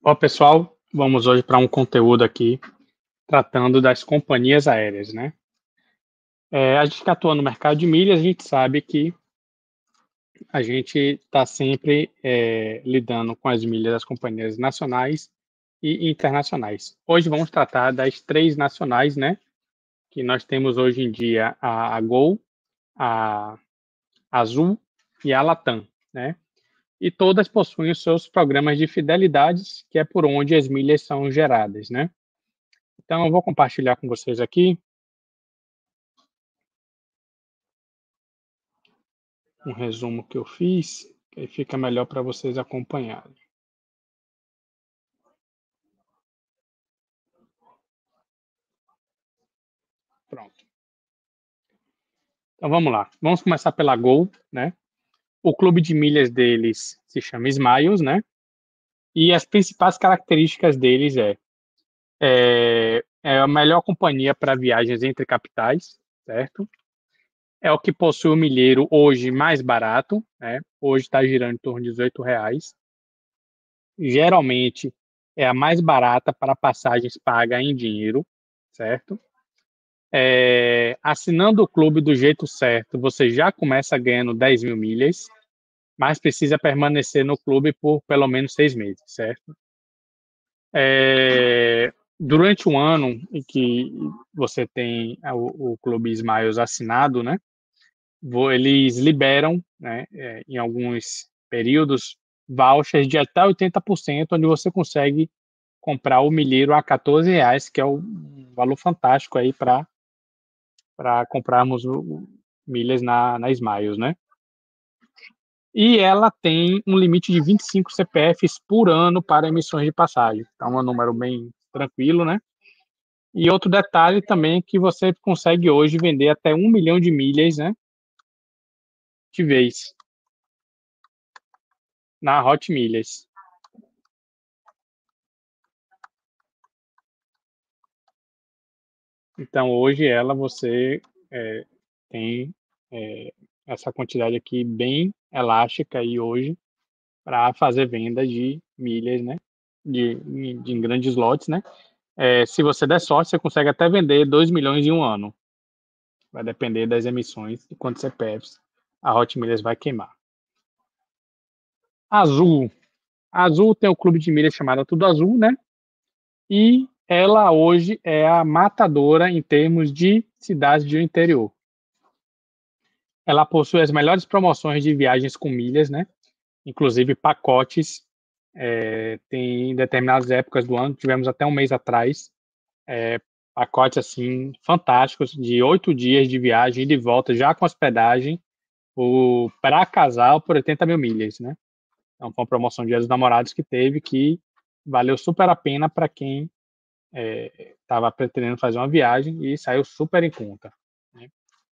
Ó, pessoal, vamos hoje para um conteúdo aqui tratando das companhias aéreas, né? A gente que atua no mercado de milhas, a gente sabe que a gente está sempre lidando com as milhas das companhias nacionais e internacionais. Hoje vamos tratar das três nacionais, né? Que nós temos hoje em dia a Gol, a Azul e a Latam, né? E todas possuem os seus programas de fidelidades, que é por onde as milhas são geradas, né? Então, eu vou compartilhar com vocês aqui um resumo que eu fiz, que aí fica melhor para vocês acompanharem. Pronto. Então, vamos lá. Vamos começar pela Gol, né? O clube de milhas deles se chama Smiles, né? E as principais características deles é a melhor companhia para viagens entre capitais, certo? É o que possui o milheiro hoje mais barato, né? Hoje está girando em torno de R$ 18. Geralmente é a mais barata para passagens pagas em dinheiro, certo? Assinando o clube do jeito certo, você já começa ganhando 10 mil milhas, mas precisa permanecer no clube por pelo menos 6 meses, certo? Durante um ano em que você tem o clube Smiles assinado, né? Eles liberam, né, em alguns períodos, vouchers de até 80%, onde você consegue comprar o milheiro a R$ 14, que é um valor fantástico aí para comprarmos milhas na Smiles, né? E ela tem um limite de 25 CPFs por ano para emissões de passagem. Então, é um número bem tranquilo, né? E outro detalhe também é que você consegue hoje vender até 1 milhão de milhas, né? De vez, na Hot Milhas. Então, hoje você tem essa quantidade aqui bem elástica aí hoje para fazer venda de milhas, né? De em grandes lotes, né? Se você der sorte, você consegue até vender 2 milhões em um ano. Vai depender das emissões e quantos CPFs a Hot Milhas vai queimar. Azul. A Azul tem o clube de milhas chamado Tudo Azul, né? E ela hoje é a matadora em termos de cidades do interior. Ela possui as melhores promoções de viagens com milhas, né? Inclusive pacotes. Tem determinadas épocas do ano, tivemos até um mês atrás, pacotes assim fantásticos de 8 dias de viagem e de volta, já com hospedagem, para casal por 80 mil milhas, né? Então foi uma promoção de Dia dos Namorados que teve, que valeu super a pena para quem estava pretendendo fazer uma viagem e saiu super em conta, né?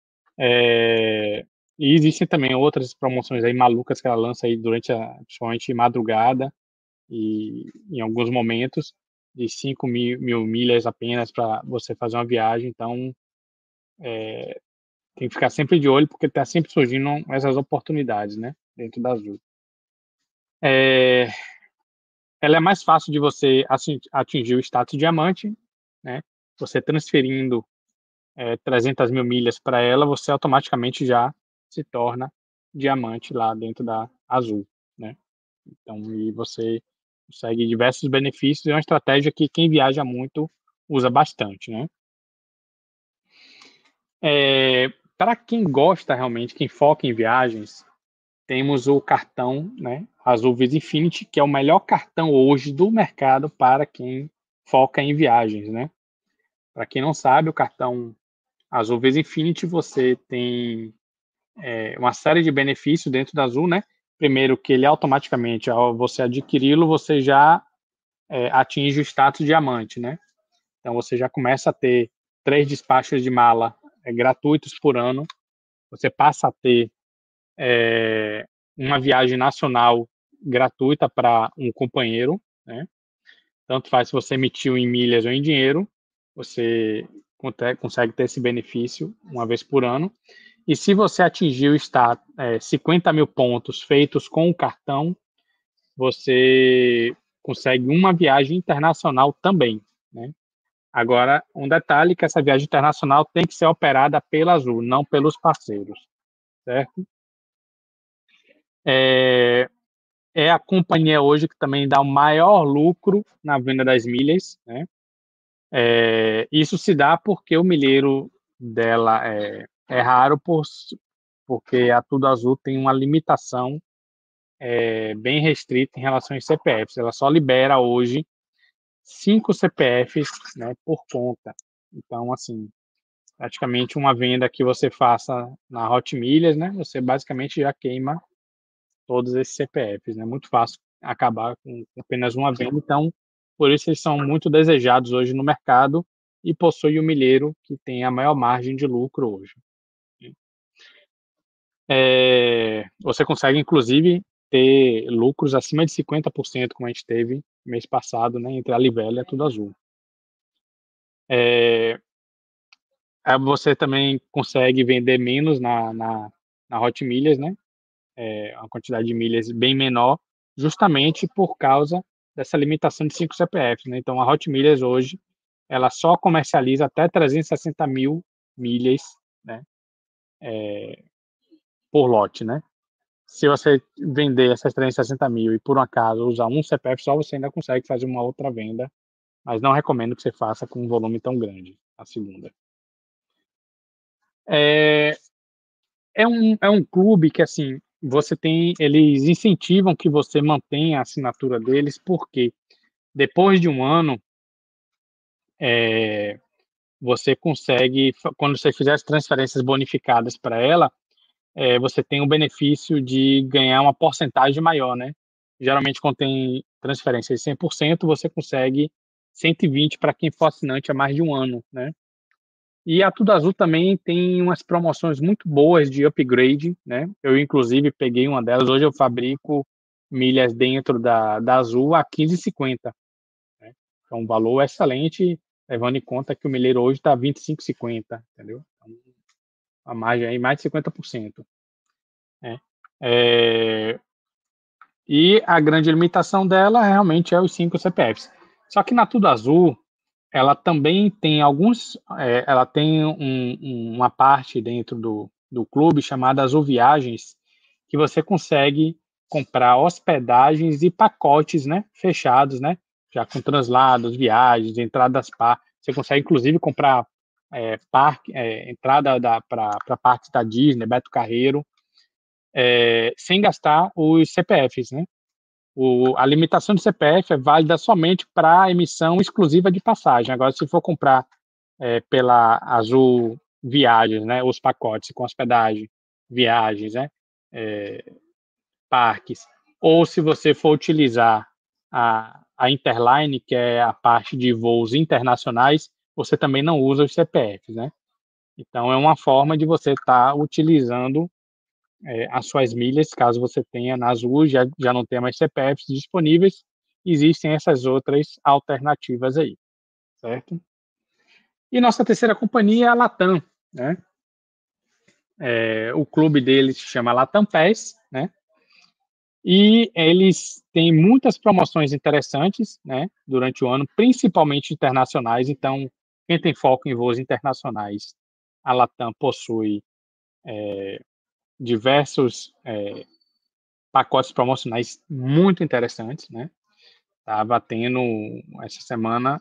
E existem também outras promoções aí malucas que ela lança aí durante principalmente madrugada e em alguns momentos de 5 mil milhas apenas para você fazer uma viagem. Então tem que ficar sempre de olho porque está sempre surgindo essas oportunidades, né, dentro da Azul. Ela é mais fácil de você atingir o status diamante, né? Você transferindo 300 mil milhas para ela, você automaticamente já se torna diamante lá dentro da Azul, né? Então, e você consegue diversos benefícios. É uma estratégia que quem viaja muito usa bastante, né? Para quem gosta realmente, quem foca em viagens, temos o cartão, né, Azul Visa Infinity, que é o melhor cartão hoje do mercado para quem foca em viagens, né? Para quem não sabe, o cartão Azul Visa Infinity, você tem uma série de benefícios dentro da Azul, né? Primeiro que ele automaticamente, ao você adquiri-lo, você já atinge o status diamante, né? Então você já começa a ter 3 despachos de mala gratuitos por ano, você passa a ter uma viagem nacional gratuita para um companheiro, né? Tanto faz se você emitiu em milhas ou em dinheiro, você consegue ter esse benefício uma vez por ano. E se você atingiu 50 mil pontos feitos com o cartão, você consegue uma viagem internacional também, né? Agora, um detalhe que essa viagem internacional tem que ser operada pela Azul, não pelos parceiros, certo? É a companhia hoje que também dá o maior lucro na venda das milhas, né? Isso se dá porque o milheiro dela é raro, porque a Tudo Azul tem uma limitação bem restrita em relação aos CPFs. Ela só libera hoje 5 CPFs, né, por conta. Então, assim, praticamente uma venda que você faça na Hot Milhas, né, você basicamente já queima todos esses CPFs, né? Muito fácil acabar com apenas uma venda. Então, por isso eles são muito desejados hoje no mercado e possui o milheiro que tem a maior margem de lucro hoje. Você consegue, inclusive, ter lucros acima de 50%, como a gente teve mês passado, né, entre a Livelo e a Tudo Azul. Aí você também consegue vender menos na Hot Milhas, né? Uma quantidade de milhas bem menor, justamente por causa dessa limitação de 5 CPFs, né? Então, a Hot Milhas hoje, ela só comercializa até 360 mil milhas, né? Por lote, né? Se você vender essas 360 mil e por um acaso usar um CPF só, você ainda consegue fazer uma outra venda, mas não recomendo que você faça com um volume tão grande, a segunda. É um clube que, assim, eles incentivam que você mantenha a assinatura deles, porque depois de um ano, você consegue, quando você fizer as transferências bonificadas para ela, você tem o benefício de ganhar uma porcentagem maior, né? Geralmente, quando tem transferência de 100%, você consegue 120 para quem for assinante há mais de um ano, né? E a Tudo Azul também tem umas promoções muito boas de upgrade, né? Eu, inclusive, peguei uma delas. Hoje eu fabrico milhas dentro da Azul a 15,50, né? É um valor excelente, levando em conta que o milheiro hoje está 25,50, entendeu? Então, a margem aí mais de 50%, né? E a grande limitação dela realmente é os 5 CPFs. Só que na Tudo Azul, ela também tem ela tem uma parte dentro do clube chamada Azul Viagens, que você consegue comprar hospedagens e pacotes, né, fechados, né, já com translados, viagens, entradas você consegue inclusive comprar entrada para parques da Disney, Beto Carreiro, sem gastar os CPFs, né? A limitação de CPF é válida somente para emissão exclusiva de passagem. Agora, se for comprar pela Azul Viagens, né, os pacotes com hospedagem, viagens, né, parques, ou se você for utilizar a Interline, que é a parte de voos internacionais, você também não usa os CPFs, né? Então, é uma forma de você estar utilizando as suas milhas, caso você tenha na Azul, já não tenha mais CPFs disponíveis, existem essas outras alternativas aí, certo? E nossa terceira companhia é a Latam, né? O clube deles se chama Latam Pass, né? E eles têm muitas promoções interessantes, né? Durante o ano, principalmente internacionais. Então, quem tem foco em voos internacionais, a Latam possui diversos pacotes promocionais muito interessantes, né? Estava tendo essa semana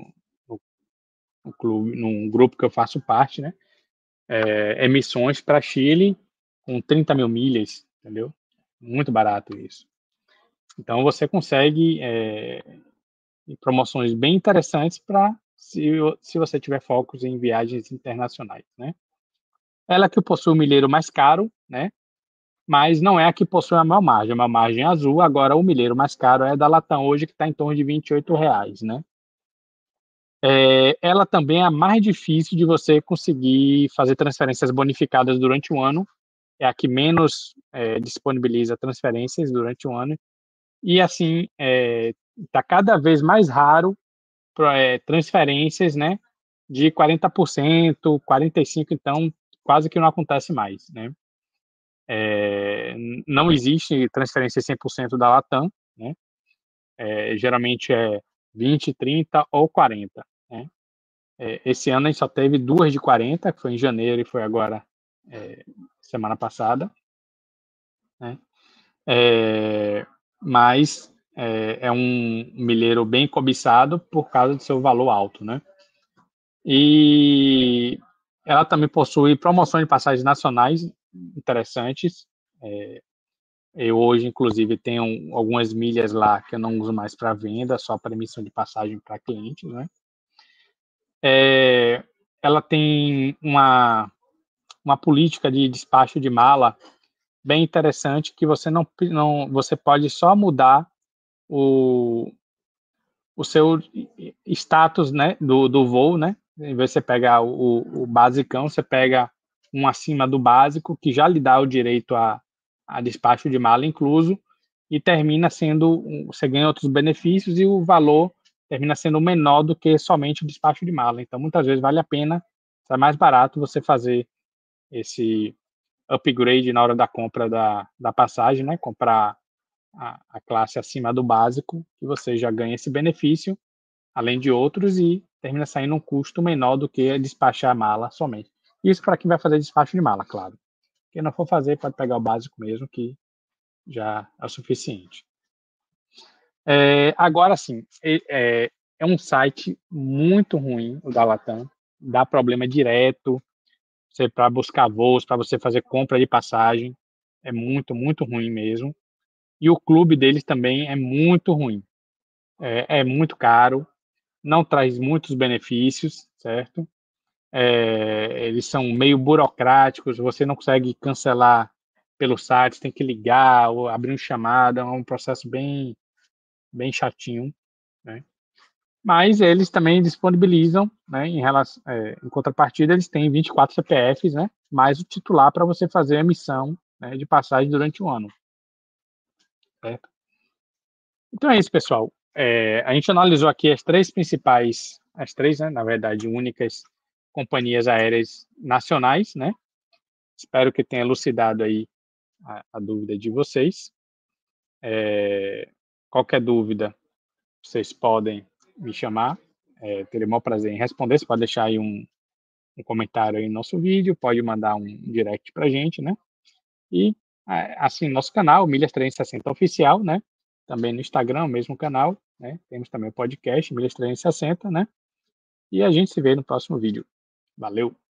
no clube, num grupo que eu faço parte, né? Emissões para Chile com 30 mil milhas, entendeu? Muito barato isso. Então você consegue promoções bem interessantes para se você tiver focos em viagens internacionais, né? Ela que possui o milheiro mais caro, né? Mas não é a que possui a maior margem, é uma margem azul. Agora o milheiro mais caro é da Latam hoje, que está em torno de R$ 28, né? Ela também é a mais difícil de você conseguir fazer transferências bonificadas durante o ano, é a que menos disponibiliza transferências durante o ano, e assim, está cada vez mais raro transferências, né, de 40%, 45%, então quase que não acontece mais, né? Não existe transferência 100% da Latam, né? geralmente é 20, 30 ou 40, né? Esse ano a gente só teve 2 de 40, que foi em janeiro e foi agora, semana passada, né? Mas é um milheiro bem cobiçado por causa do seu valor alto, né? E ela também possui promoções de passagens nacionais interessantes. Eu hoje, inclusive, tenho algumas milhas lá que eu não uso mais para venda, só para emissão de passagem para clientes, né? Ela tem uma política de despacho de mala bem interessante, que você você pode só mudar o seu status, né, do voo, né? Em vez de você pegar o basicão, você pega um acima do básico, que já lhe dá o direito a despacho de mala incluso, e termina sendo, você ganha outros benefícios e o valor termina sendo menor do que somente o despacho de mala. Então, muitas vezes vale a pena, é mais barato você fazer esse upgrade na hora da compra da passagem, né? Comprar a classe acima do básico, que você já ganha esse benefício, além de outros, e termina saindo um custo menor do que despachar a mala somente. Isso para quem vai fazer despacho de mala, claro. Quem não for fazer, pode pegar o básico mesmo, que já é o suficiente. Agora sim, é um site muito ruim, o da Latam, dá problema direto para buscar voos, para você fazer compra de passagem, é muito, muito ruim mesmo. E o clube deles também é muito ruim, é muito caro, não traz muitos benefícios, certo? Eles são meio burocráticos, você não consegue cancelar pelo site, você tem que ligar ou abrir um chamado, é um processo bem, bem chatinho, né? Mas eles também disponibilizam, né, em contrapartida, eles têm 24 CPFs, né, mais o titular para você fazer a emissão, né, de passagem durante o ano. Certo? Então é isso, pessoal. A gente analisou aqui as três, né, na verdade, únicas companhias aéreas nacionais, né? Espero que tenha elucidado aí a dúvida de vocês. Qualquer dúvida, vocês podem me chamar. Terei o maior prazer em responder. Você pode deixar aí um comentário aí no nosso vídeo, pode mandar um direct pra gente, né? E assim, nosso canal, Milhas 360 Oficial, né? Também no Instagram, o mesmo canal, né? Temos também o podcast, Milhas 360, né? E a gente se vê no próximo vídeo. Valeu!